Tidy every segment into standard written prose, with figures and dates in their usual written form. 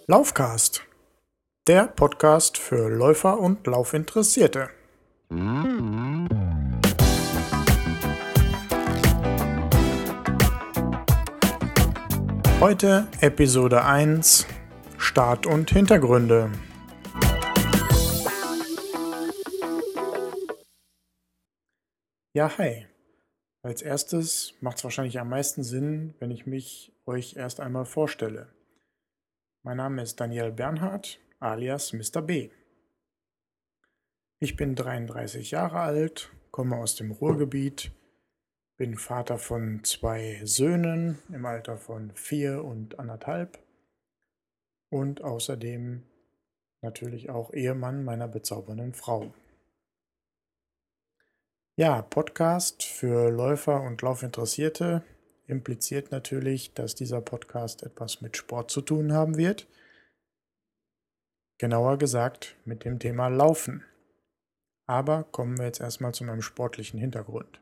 Laufcast, der Podcast für Läufer und Laufinteressierte. Heute Episode 1: Start und Hintergründe. Ja, hi. Als erstes macht es wahrscheinlich am meisten Sinn, wenn ich mich euch erst einmal vorstelle. Mein Name ist Daniel Bernhard, alias Mr. B. Ich bin 33 Jahre alt, komme aus dem Ruhrgebiet, bin Vater von 2 Söhnen im Alter von 4 und 1,5 und außerdem natürlich auch Ehemann meiner bezaubernden Frau. Ja, Podcast für Läufer und Laufinteressierte impliziert natürlich, dass dieser Podcast etwas mit Sport zu tun haben wird. Genauer gesagt mit dem Thema Laufen. Aber kommen wir jetzt erstmal zu meinem sportlichen Hintergrund.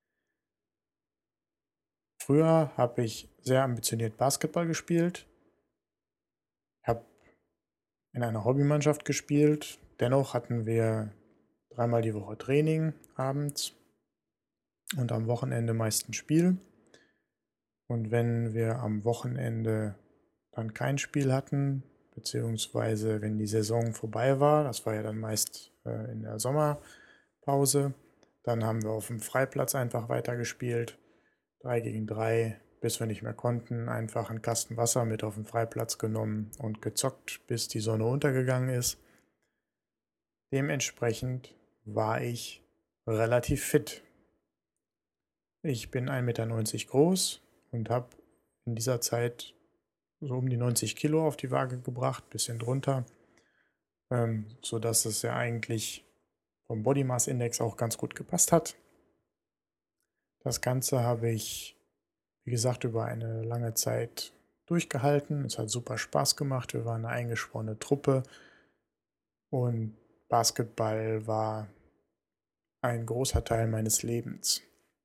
Früher habe ich sehr ambitioniert Basketball gespielt, habe in einer Hobbymannschaft gespielt. Dennoch hatten wir 3-mal die Woche Training abends und am Wochenende meist ein Spiel. Und wenn wir am Wochenende dann kein Spiel hatten, beziehungsweise wenn die Saison vorbei war, das war ja dann meist in der Sommerpause, dann haben wir auf dem Freiplatz einfach weitergespielt, 3 gegen 3, bis wir nicht mehr konnten, einfach einen Kasten Wasser mit auf den Freiplatz genommen und gezockt, bis die Sonne untergegangen ist. Dementsprechend war ich relativ fit. Ich bin 1,90 Meter groß und habe in dieser Zeit so um die 90 Kilo auf die Waage gebracht, bisschen drunter, sodass es ja eigentlich vom Body Mass Index auch ganz gut gepasst hat. Das Ganze habe ich, wie gesagt, über eine lange Zeit durchgehalten. Es hat super Spaß gemacht. Wir waren eine eingeschworene Truppe und Basketball war ein großer Teil meines Lebens.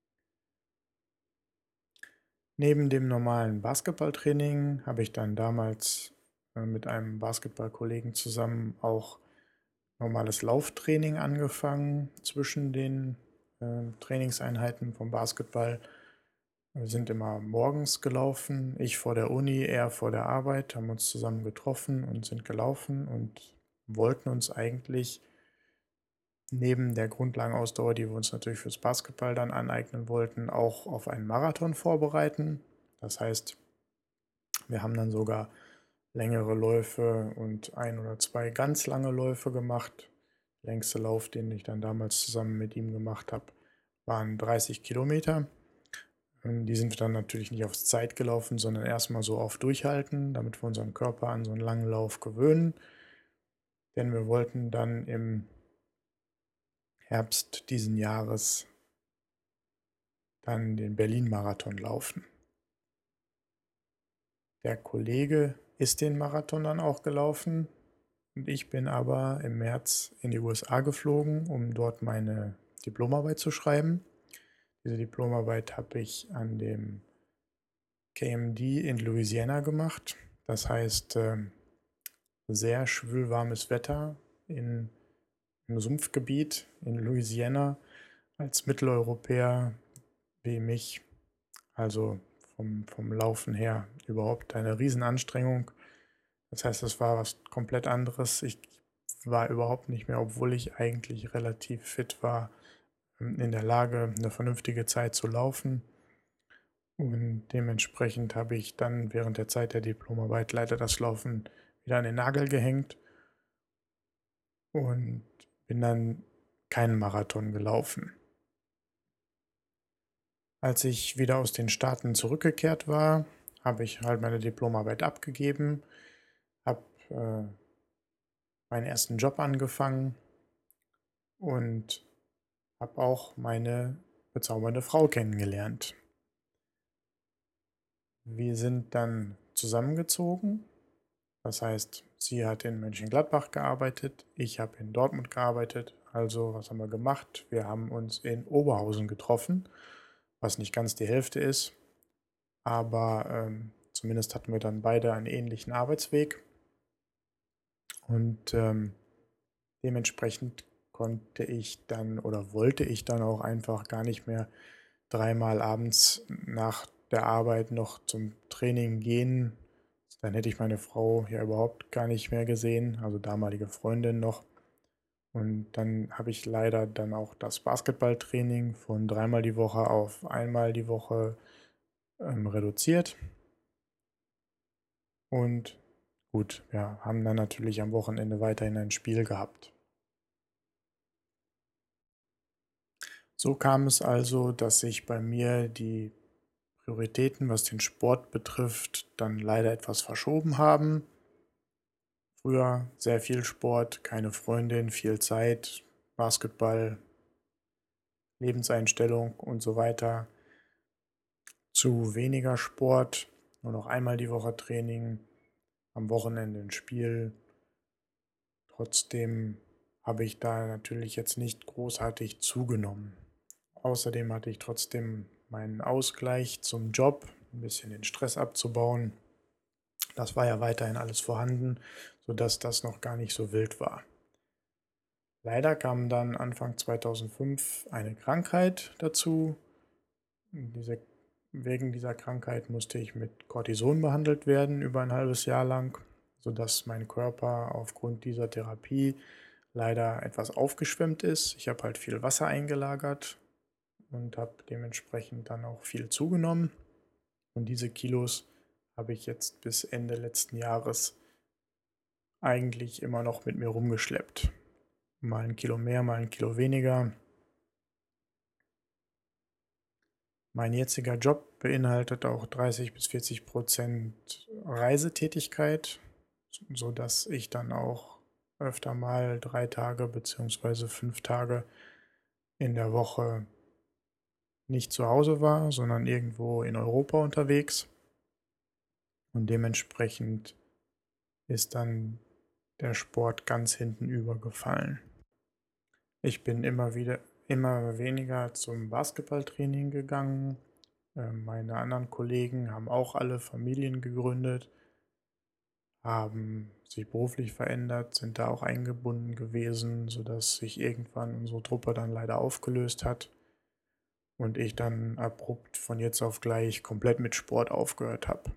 Neben dem normalen Basketballtraining habe ich dann damals mit einem Basketballkollegen zusammen auch normales Lauftraining angefangen zwischen den Trainingseinheiten vom Basketball. Wir sind immer morgens gelaufen, ich vor der Uni, er vor der Arbeit, haben uns zusammen getroffen und sind gelaufen und wollten uns eigentlich neben der Grundlagenausdauer, die wir uns natürlich fürs Basketball dann aneignen wollten, auch auf einen Marathon vorbereiten. Das heißt, wir haben dann sogar längere Läufe und 1 oder 2 ganz lange Läufe gemacht. Der längste Lauf, den ich dann damals zusammen mit ihm gemacht habe, waren 30 Kilometer. Die sind wir dann natürlich nicht aufs Zeit gelaufen, sondern erstmal so auf Durchhalten, damit wir unseren Körper an so einen langen Lauf gewöhnen. Denn wir wollten dann im Herbst diesen Jahres dann den Berlin-Marathon laufen. Der Kollege ist den Marathon dann auch gelaufen und ich bin aber im März in die USA geflogen, um dort meine Diplomarbeit zu schreiben. Diese Diplomarbeit habe ich an dem KMD in Louisiana gemacht. Das heißt, sehr schwülwarmes Wetter im Sumpfgebiet in Louisiana als Mitteleuropäer wie mich. Also vom Laufen her überhaupt eine Riesenanstrengung. Das heißt, es war was komplett anderes. Ich war überhaupt nicht mehr, obwohl ich eigentlich relativ fit war, in der Lage, eine vernünftige Zeit zu laufen. Und dementsprechend habe ich dann während der Zeit der Diplomarbeit leider das Laufen wieder an den Nagel gehängt und bin dann keinen Marathon gelaufen. Als ich wieder aus den Staaten zurückgekehrt war, habe ich halt meine Diplomarbeit abgegeben, habe meinen ersten Job angefangen und habe auch meine bezaubernde Frau kennengelernt. Wir sind dann zusammengezogen. Das heißt, sie hat in Mönchengladbach gearbeitet, ich habe in Dortmund gearbeitet. Also, was haben wir gemacht? Wir haben uns in Oberhausen getroffen, was nicht ganz die Hälfte ist, aber zumindest hatten wir dann beide einen ähnlichen Arbeitsweg. Und dementsprechend konnte ich dann oder wollte ich dann auch einfach gar nicht mehr dreimal abends nach der Arbeit noch zum Training gehen. Dann hätte ich meine Frau ja überhaupt gar nicht mehr gesehen, also damalige Freundin noch. Und dann habe ich leider dann auch das Basketballtraining von dreimal die Woche auf einmal die Woche reduziert. Und gut, wir haben dann natürlich am Wochenende weiterhin ein Spiel gehabt. So kam es also, dass sich bei mir die Prioritäten, was den Sport betrifft, dann leider etwas verschoben haben. Früher sehr viel Sport, keine Freundin, viel Zeit, Basketball, Lebenseinstellung und so weiter, zu weniger Sport, nur noch einmal die Woche Training, am Wochenende ein Spiel. Trotzdem habe ich da natürlich jetzt nicht großartig zugenommen. Außerdem hatte ich trotzdem meinen Ausgleich zum Job, ein bisschen den Stress abzubauen. Das war ja weiterhin alles vorhanden, sodass das noch gar nicht so wild war. Leider kam dann Anfang 2005 eine Krankheit dazu. Diese, wegen dieser Krankheit musste ich mit Cortison behandelt werden über ein halbes Jahr lang, sodass mein Körper aufgrund dieser Therapie leider etwas aufgeschwemmt ist. Ich habe halt viel Wasser eingelagert und habe dementsprechend dann auch viel zugenommen. Und diese Kilos habe ich jetzt bis Ende letzten Jahres eigentlich immer noch mit mir rumgeschleppt. Mal ein Kilo mehr, mal ein Kilo weniger. Mein jetziger Job beinhaltet auch 30 bis 40% Reisetätigkeit, sodass ich dann auch öfter mal 3 Tage bzw. 5 Tage in der Woche nicht zu Hause war, sondern irgendwo in Europa unterwegs. Und dementsprechend ist dann der Sport ganz hinten übergefallen. Ich bin immer weniger zum Basketballtraining gegangen. Meine anderen Kollegen haben auch alle Familien gegründet, haben sich beruflich verändert, sind da auch eingebunden gewesen, sodass sich irgendwann unsere Truppe dann leider aufgelöst hat und ich dann abrupt von jetzt auf gleich komplett mit Sport aufgehört habe.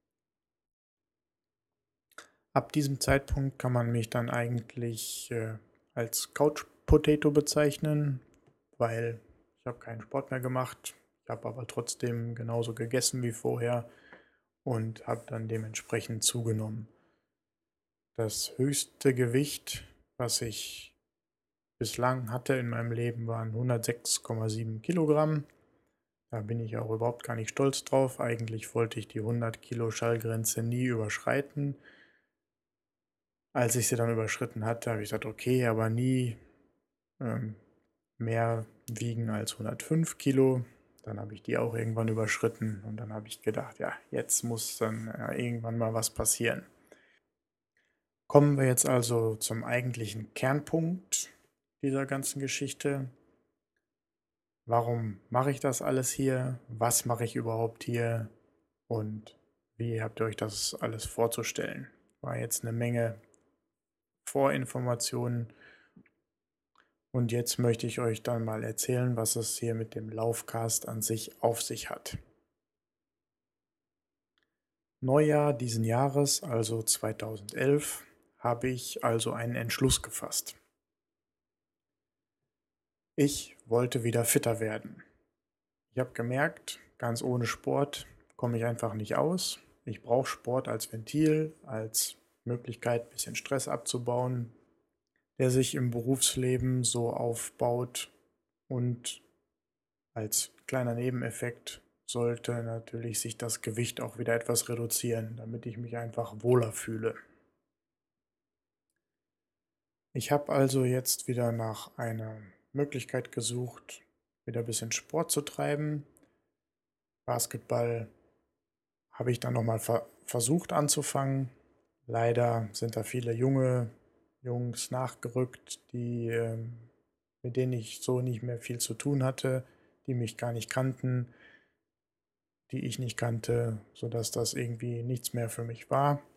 Ab diesem Zeitpunkt kann man mich dann eigentlich als Couch Potato bezeichnen, weil ich habe keinen Sport mehr gemacht, ich habe aber trotzdem genauso gegessen wie vorher und habe dann dementsprechend zugenommen. Das höchste Gewicht, was ich bislang hatte in meinem Leben, waren 106,7 Kilogramm. Da bin ich auch überhaupt gar nicht stolz drauf. Eigentlich wollte ich die 100 Kilo Schallgrenze nie überschreiten. Als ich sie dann überschritten hatte, habe ich gesagt, okay, aber nie ähm, mehr wiegen als 105 Kilo. Dann habe ich die auch irgendwann überschritten und dann habe ich gedacht, ja, jetzt muss dann irgendwann mal was passieren. Kommen wir jetzt also zum eigentlichen Kernpunkt dieser ganzen Geschichte. Warum mache ich das alles hier? Was mache ich überhaupt hier? Und wie habt ihr euch das alles vorzustellen? War jetzt eine Menge Vorinformationen. Und jetzt möchte ich euch dann mal erzählen, was es hier mit dem Laufcast an sich auf sich hat. Neujahr diesen Jahres, also 2011, habe ich also einen Entschluss gefasst. Ich wollte wieder fitter werden. Ich habe gemerkt, ganz ohne Sport komme ich einfach nicht aus. Ich brauche Sport als Ventil, als Möglichkeit, ein bisschen Stress abzubauen, der sich im Berufsleben so aufbaut. Und als kleiner Nebeneffekt sollte natürlich sich das Gewicht auch wieder etwas reduzieren, damit ich mich einfach wohler fühle. Ich habe also jetzt wieder nach einer Möglichkeit gesucht, wieder ein bisschen Sport zu treiben. Basketball habe ich dann nochmal versucht anzufangen. Leider sind da viele junge Jungs nachgerückt, mit denen ich so nicht mehr viel zu tun hatte, die mich gar nicht kannten, die ich nicht kannte, sodass das irgendwie nichts mehr für mich war.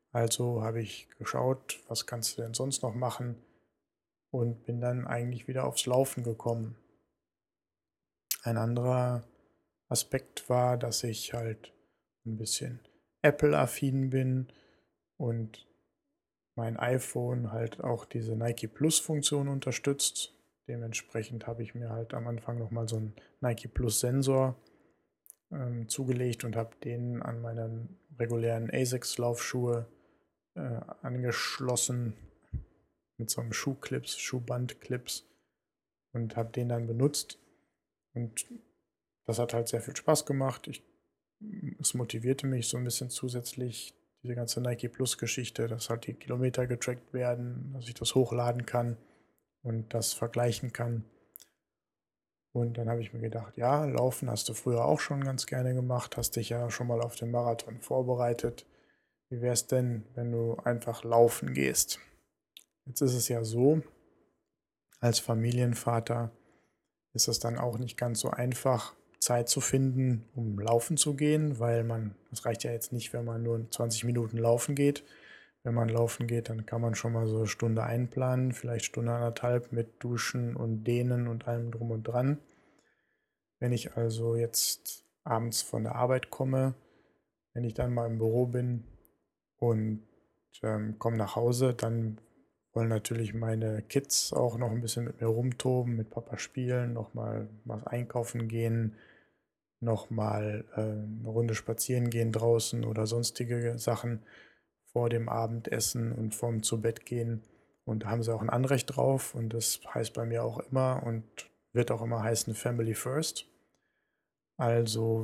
Also habe ich geschaut, was kannst du denn sonst noch machen und bin dann eigentlich wieder aufs Laufen gekommen. Ein anderer Aspekt war, dass ich halt ein bisschen Apple-affin bin und mein iPhone halt auch diese Nike Plus-Funktion unterstützt. Dementsprechend habe ich mir halt am Anfang noch mal so 'n Nike Plus-Sensor zugelegt und habe den an meinen regulären Asics-Laufschuhe angeschlossen mit so einem Schuhbandclips und habe den dann benutzt. Und das hat halt sehr viel Spaß gemacht. Es motivierte mich so ein bisschen zusätzlich, diese ganze Nike Plus-Geschichte, dass halt die Kilometer getrackt werden, dass ich das hochladen kann und das vergleichen kann. Und dann habe ich mir gedacht, ja, Laufen hast du früher auch schon ganz gerne gemacht, hast dich ja schon mal auf den Marathon vorbereitet. Wie wäre es denn, wenn du einfach laufen gehst? Jetzt ist es ja so, als Familienvater ist es dann auch nicht ganz so einfach, Zeit zu finden, um laufen zu gehen, weil es reicht ja jetzt nicht, wenn man nur 20 Minuten laufen geht. Wenn man laufen geht, dann kann man schon mal so eine Stunde einplanen, vielleicht Stunde, anderthalb mit Duschen und Dehnen und allem drum und dran. Wenn ich also jetzt abends von der Arbeit komme, wenn ich dann mal im Büro bin und komme nach Hause, dann wollen natürlich meine Kids auch noch ein bisschen mit mir rumtoben, mit Papa spielen, noch mal was einkaufen gehen, noch mal 'ne Runde spazieren gehen draußen oder sonstige Sachen vor dem Abendessen und vorm Zu-Bett-Gehen. Und da haben sie auch ein Anrecht drauf und das heißt bei mir auch immer und wird auch immer heißen Family First. Also,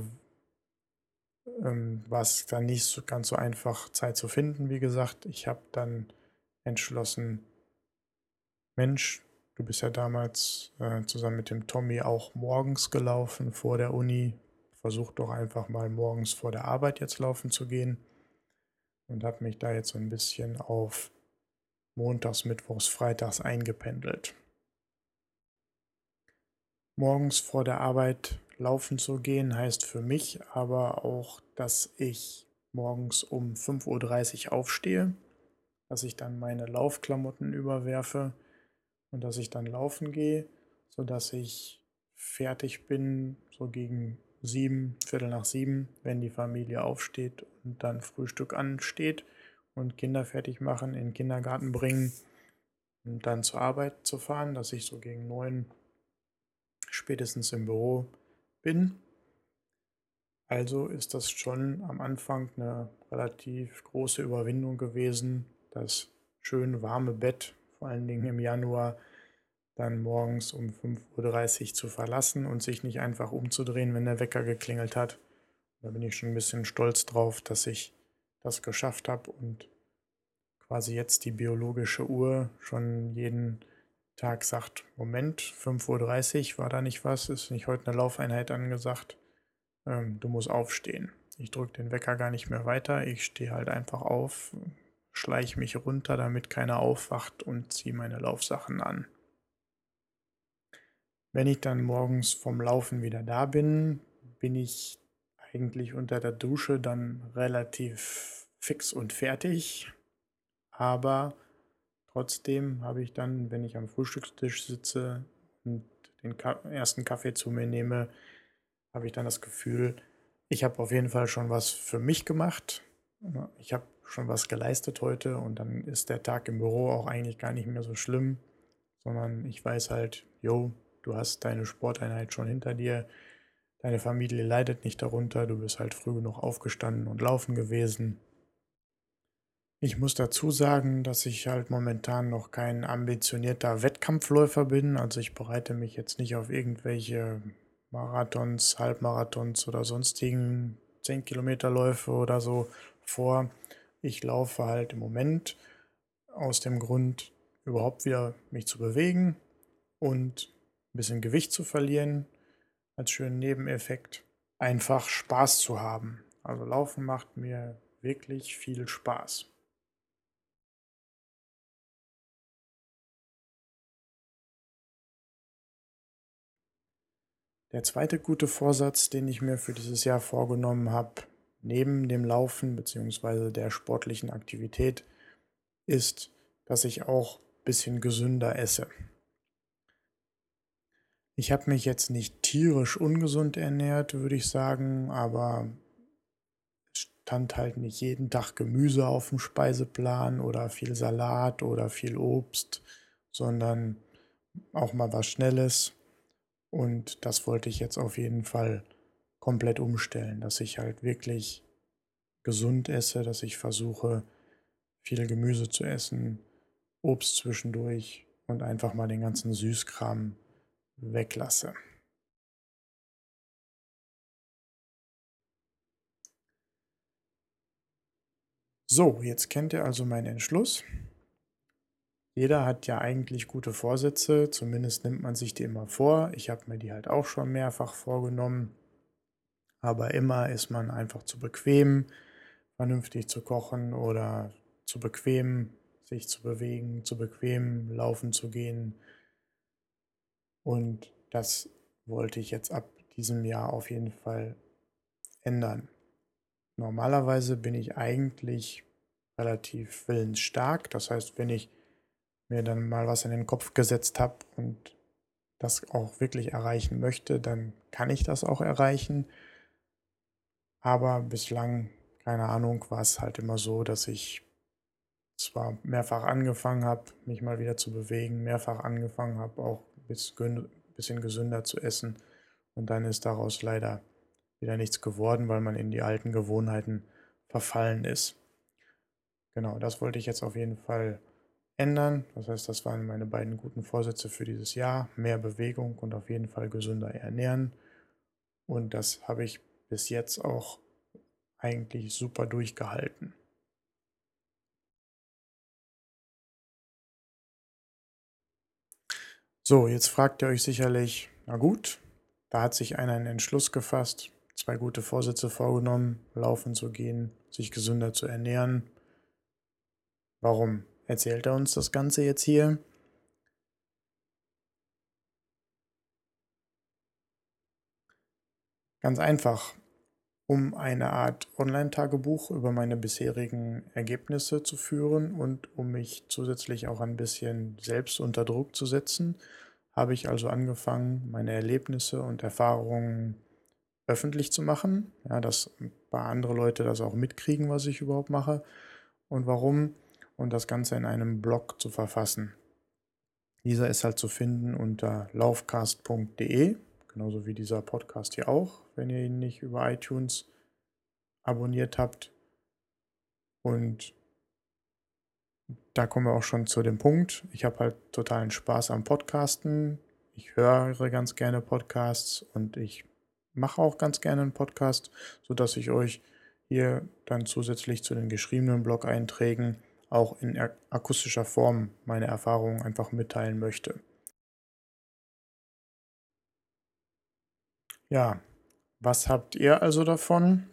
war es dann nicht so ganz so einfach, Zeit zu finden, wie gesagt. Ich habe dann entschlossen: „Mensch, du bist ja damals, zusammen mit dem Tommy auch morgens gelaufen vor der Uni. Versuch doch einfach mal morgens vor der Arbeit jetzt laufen zu gehen.“ Und habe mich da jetzt so ein bisschen auf montags, mittwochs, freitags eingependelt. Morgens vor der Arbeit laufen zu gehen, heißt für mich aber auch, dass ich morgens um 5:30 Uhr aufstehe, dass ich dann meine Laufklamotten überwerfe und dass ich dann laufen gehe, sodass ich fertig bin, so gegen 7, Viertel nach 7, wenn die Familie aufsteht und dann Frühstück ansteht und Kinder fertig machen, in den Kindergarten bringen und dann zur Arbeit zu fahren, dass ich so gegen 9 spätestens im Büro bin. Also ist das schon am Anfang eine relativ große Überwindung gewesen, das schön warme Bett, vor allen Dingen im Januar, dann morgens um 5:30 Uhr zu verlassen und sich nicht einfach umzudrehen, wenn der Wecker geklingelt hat. Da bin ich schon ein bisschen stolz drauf, dass ich das geschafft habe und quasi jetzt die biologische Uhr schon jeden Tag sagt: „Moment, 5:30 Uhr, war da nicht was? Ist nicht heute eine Laufeinheit angesagt? Du musst aufstehen.“ Ich drücke den Wecker gar nicht mehr weiter. Ich stehe halt einfach auf, schleiche mich runter, damit keiner aufwacht und ziehe meine Laufsachen an. Wenn ich dann morgens vom Laufen wieder da bin, bin ich eigentlich unter der Dusche dann relativ fix und fertig, aber trotzdem habe ich dann, wenn ich am Frühstückstisch sitze und den ersten Kaffee zu mir nehme, habe ich dann das Gefühl, ich habe auf jeden Fall schon was für mich gemacht. Ich habe schon was geleistet heute und dann ist der Tag im Büro auch eigentlich gar nicht mehr so schlimm, sondern ich weiß halt, jo, du hast deine Sporteinheit schon hinter dir, deine Familie leidet nicht darunter, du bist halt früh genug aufgestanden und laufen gewesen. Ich muss dazu sagen, dass ich halt momentan noch kein ambitionierter Wettkampfläufer bin. Also ich bereite mich jetzt nicht auf irgendwelche Marathons, Halbmarathons oder sonstigen 10 Kilometerläufe oder so vor. Ich laufe halt im Moment aus dem Grund, überhaupt wieder mich zu bewegen und ein bisschen Gewicht zu verlieren als schönen Nebeneffekt. Einfach Spaß zu haben. Also Laufen macht mir wirklich viel Spaß. Der zweite gute Vorsatz, den ich mir für dieses Jahr vorgenommen habe, neben dem Laufen beziehungsweise der sportlichen Aktivität ist, dass ich auch ein bisschen gesünder esse. Ich habe mich jetzt nicht tierisch ungesund ernährt, würde ich sagen, aber es stand halt nicht jeden Tag Gemüse auf dem Speiseplan oder viel Salat oder viel Obst, sondern auch mal was Schnelles. Und das wollte ich jetzt auf jeden Fall komplett umstellen, dass ich halt wirklich gesund esse, dass ich versuche, viel Gemüse zu essen, Obst zwischendurch und einfach mal den ganzen Süßkram weglasse. So, jetzt kennt ihr also meinen Entschluss. Jeder hat ja eigentlich gute Vorsätze, zumindest nimmt man sich die immer vor. Ich habe mir die halt auch schon mehrfach vorgenommen, aber immer ist man einfach zu bequem, vernünftig zu kochen oder zu bequem, sich zu bewegen, zu bequem, laufen zu gehen. Und das wollte ich jetzt ab diesem Jahr auf jeden Fall ändern. Normalerweise bin ich eigentlich relativ willensstark. Das heißt, wenn ich mir dann mal was in den Kopf gesetzt habe und das auch wirklich erreichen möchte, dann kann ich das auch erreichen. Aber bislang, keine Ahnung, war es halt immer so, dass ich zwar mehrfach angefangen habe, mich mal wieder zu bewegen, mehrfach angefangen habe, auch ein bisschen gesünder zu essen. Und dann ist daraus leider wieder nichts geworden, weil man in die alten Gewohnheiten verfallen ist. Genau, das wollte ich jetzt auf jeden Fall ändern. Das heißt, das waren meine beiden guten Vorsätze für dieses Jahr. Mehr Bewegung und auf jeden Fall gesünder ernähren. Und das habe ich bis jetzt auch eigentlich super durchgehalten. So, jetzt fragt ihr euch sicherlich, na gut, da hat sich einer einen Entschluss gefasst, zwei gute Vorsätze vorgenommen, laufen zu gehen, sich gesünder zu ernähren. Warum erzählt er uns das Ganze jetzt hier? Ganz einfach, um eine Art Online-Tagebuch über meine bisherigen Ergebnisse zu führen und um mich zusätzlich auch ein bisschen selbst unter Druck zu setzen, habe ich also angefangen, meine Erlebnisse und Erfahrungen öffentlich zu machen, ja, dass ein paar andere Leute das auch mitkriegen, was ich überhaupt mache und warum, und das Ganze in einem Blog zu verfassen. Dieser ist halt zu finden unter laufcast.de, genauso wie dieser Podcast hier auch, wenn ihr ihn nicht über iTunes abonniert habt. Und da kommen wir auch schon zu dem Punkt. Ich habe halt totalen Spaß am Podcasten. Ich höre ganz gerne Podcasts und ich mache auch ganz gerne einen Podcast, sodass ich euch hier dann zusätzlich zu den geschriebenen Blog-Einträgen auch in akustischer Form meine Erfahrungen einfach mitteilen möchte. Ja, was habt ihr also davon,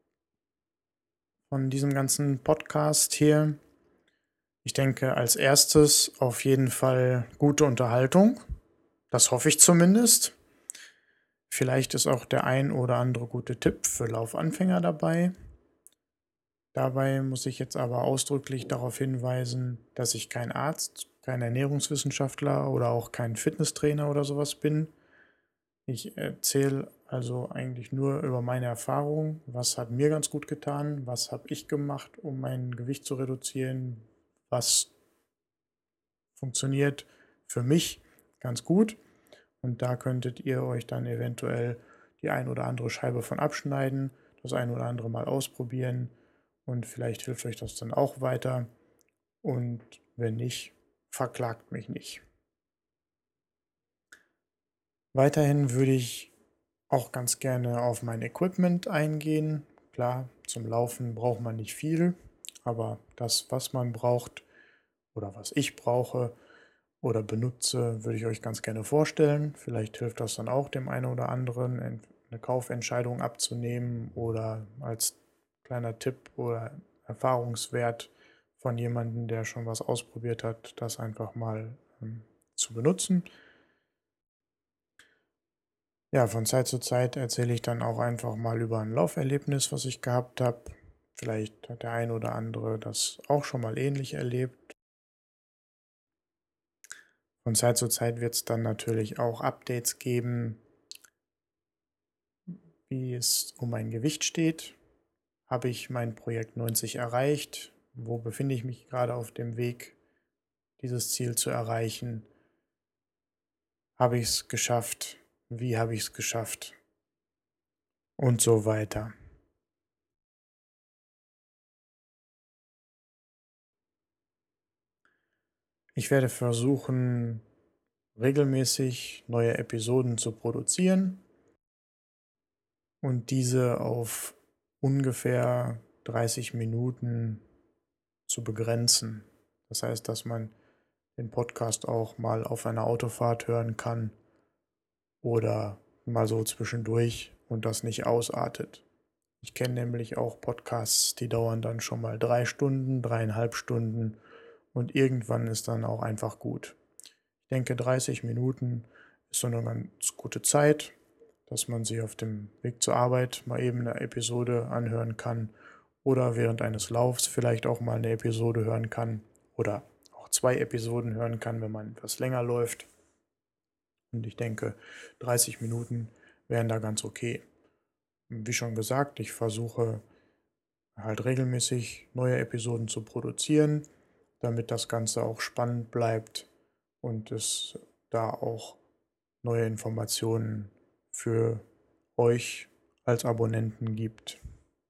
von diesem ganzen Podcast hier? Ich denke, als erstes auf jeden Fall gute Unterhaltung. Das hoffe ich zumindest. Vielleicht ist auch der ein oder andere gute Tipp für Laufanfänger dabei. Dabei muss ich jetzt aber ausdrücklich darauf hinweisen, dass ich kein Arzt, kein Ernährungswissenschaftler oder auch kein Fitnesstrainer oder sowas bin. Ich erzähle also eigentlich nur über meine Erfahrungen. Was hat mir ganz gut getan? Was habe ich gemacht, um mein Gewicht zu reduzieren? Was funktioniert für mich ganz gut? Und da könntet ihr euch dann eventuell die ein oder andere Scheibe von abschneiden, das ein oder andere mal ausprobieren und vielleicht hilft euch das dann auch weiter. Und wenn nicht, verklagt mich nicht. Weiterhin würde ich auch ganz gerne auf mein Equipment eingehen. Klar, zum Laufen braucht man nicht viel, aber das, was man braucht oder was ich brauche oder benutze, würde ich euch ganz gerne vorstellen. Vielleicht hilft das dann auch dem einen oder anderen, eine Kaufentscheidung abzunehmen oder als kleiner Tipp oder Erfahrungswert von jemandem, der schon was ausprobiert hat, das einfach mal zu benutzen. Ja, von Zeit zu Zeit erzähle ich dann auch einfach mal über ein Lauferlebnis, was ich gehabt habe. Vielleicht hat der ein oder andere das auch schon mal ähnlich erlebt. Von Zeit zu Zeit wird es dann natürlich auch Updates geben, wie es um mein Gewicht steht. Habe ich mein Projekt 90 erreicht? Wo befinde ich mich gerade auf dem Weg, dieses Ziel zu erreichen? Habe ich es geschafft? Wie habe ich es geschafft? Und so weiter. Ich werde versuchen, regelmäßig neue Episoden zu produzieren und diese auf ungefähr 30 Minuten zu begrenzen. Das heißt, dass man den Podcast auch mal auf einer Autofahrt hören kann oder mal so zwischendurch und das nicht ausartet. Ich kenne nämlich auch Podcasts, die dauern dann schon mal 3 Stunden, 3,5 Stunden und irgendwann ist dann auch einfach gut. Ich denke, 30 Minuten ist so eine ganz gute Zeit, dass man sich auf dem Weg zur Arbeit mal eben eine Episode anhören kann oder während eines Laufs vielleicht auch mal eine Episode hören kann oder auch 2 Episoden hören kann, wenn man etwas länger läuft. Und ich denke, 30 Minuten wären da ganz okay. Wie schon gesagt, ich versuche halt regelmäßig neue Episoden zu produzieren, damit das Ganze auch spannend bleibt und es da auch neue Informationen für euch als Abonnenten gibt.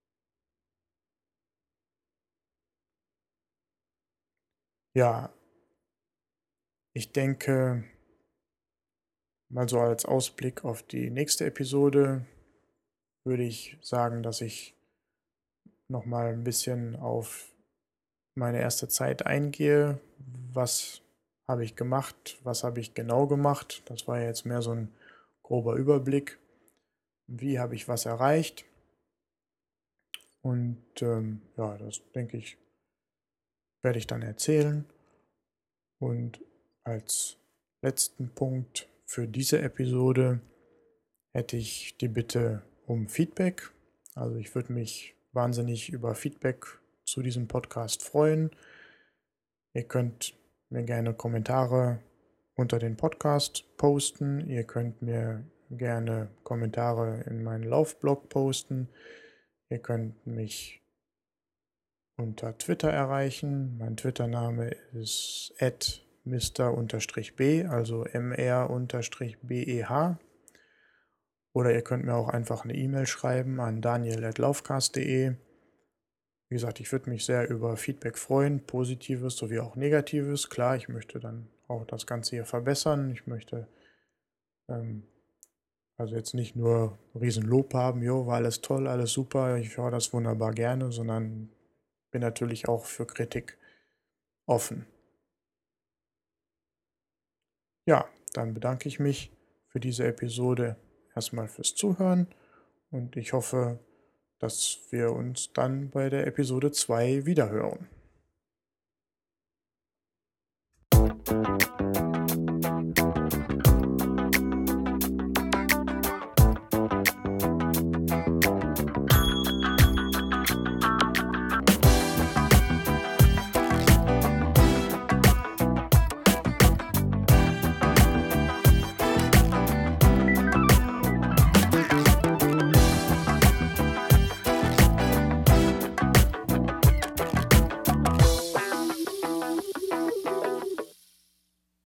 Ja, ich denke, mal so als Ausblick auf die nächste Episode würde ich sagen, dass ich noch mal ein bisschen auf meine erste Zeit eingehe. Was habe ich gemacht? Was habe ich genau gemacht? Das war ja jetzt mehr so ein grober Überblick. Wie habe ich was erreicht? Und ja, das denke ich, werde ich dann erzählen. Und als letzten Punkt für diese Episode hätte ich die Bitte um Feedback. Also ich würde mich wahnsinnig über Feedback zu diesem Podcast freuen. Ihr könnt mir gerne Kommentare unter den Podcast posten. Ihr könnt mir gerne Kommentare in meinen Laufblog posten. Ihr könnt mich unter Twitter erreichen. Mein Twitter-Name ist @mr_b, also mr_beh. Oder ihr könnt mir auch einfach eine E-Mail schreiben an daniel@laufcast.de. Wie gesagt, ich würde mich sehr über Feedback freuen, positives sowie auch negatives. Klar, ich möchte dann auch das Ganze hier verbessern. Ich möchte ähm, also jetzt nicht nur Riesenlob haben, jo, war alles toll, alles super, ich höre das wunderbar gerne, sondern bin natürlich auch für Kritik offen. Ja, dann bedanke ich mich für diese Episode erstmal fürs Zuhören und ich hoffe, dass wir uns dann bei der Episode 2 wiederhören.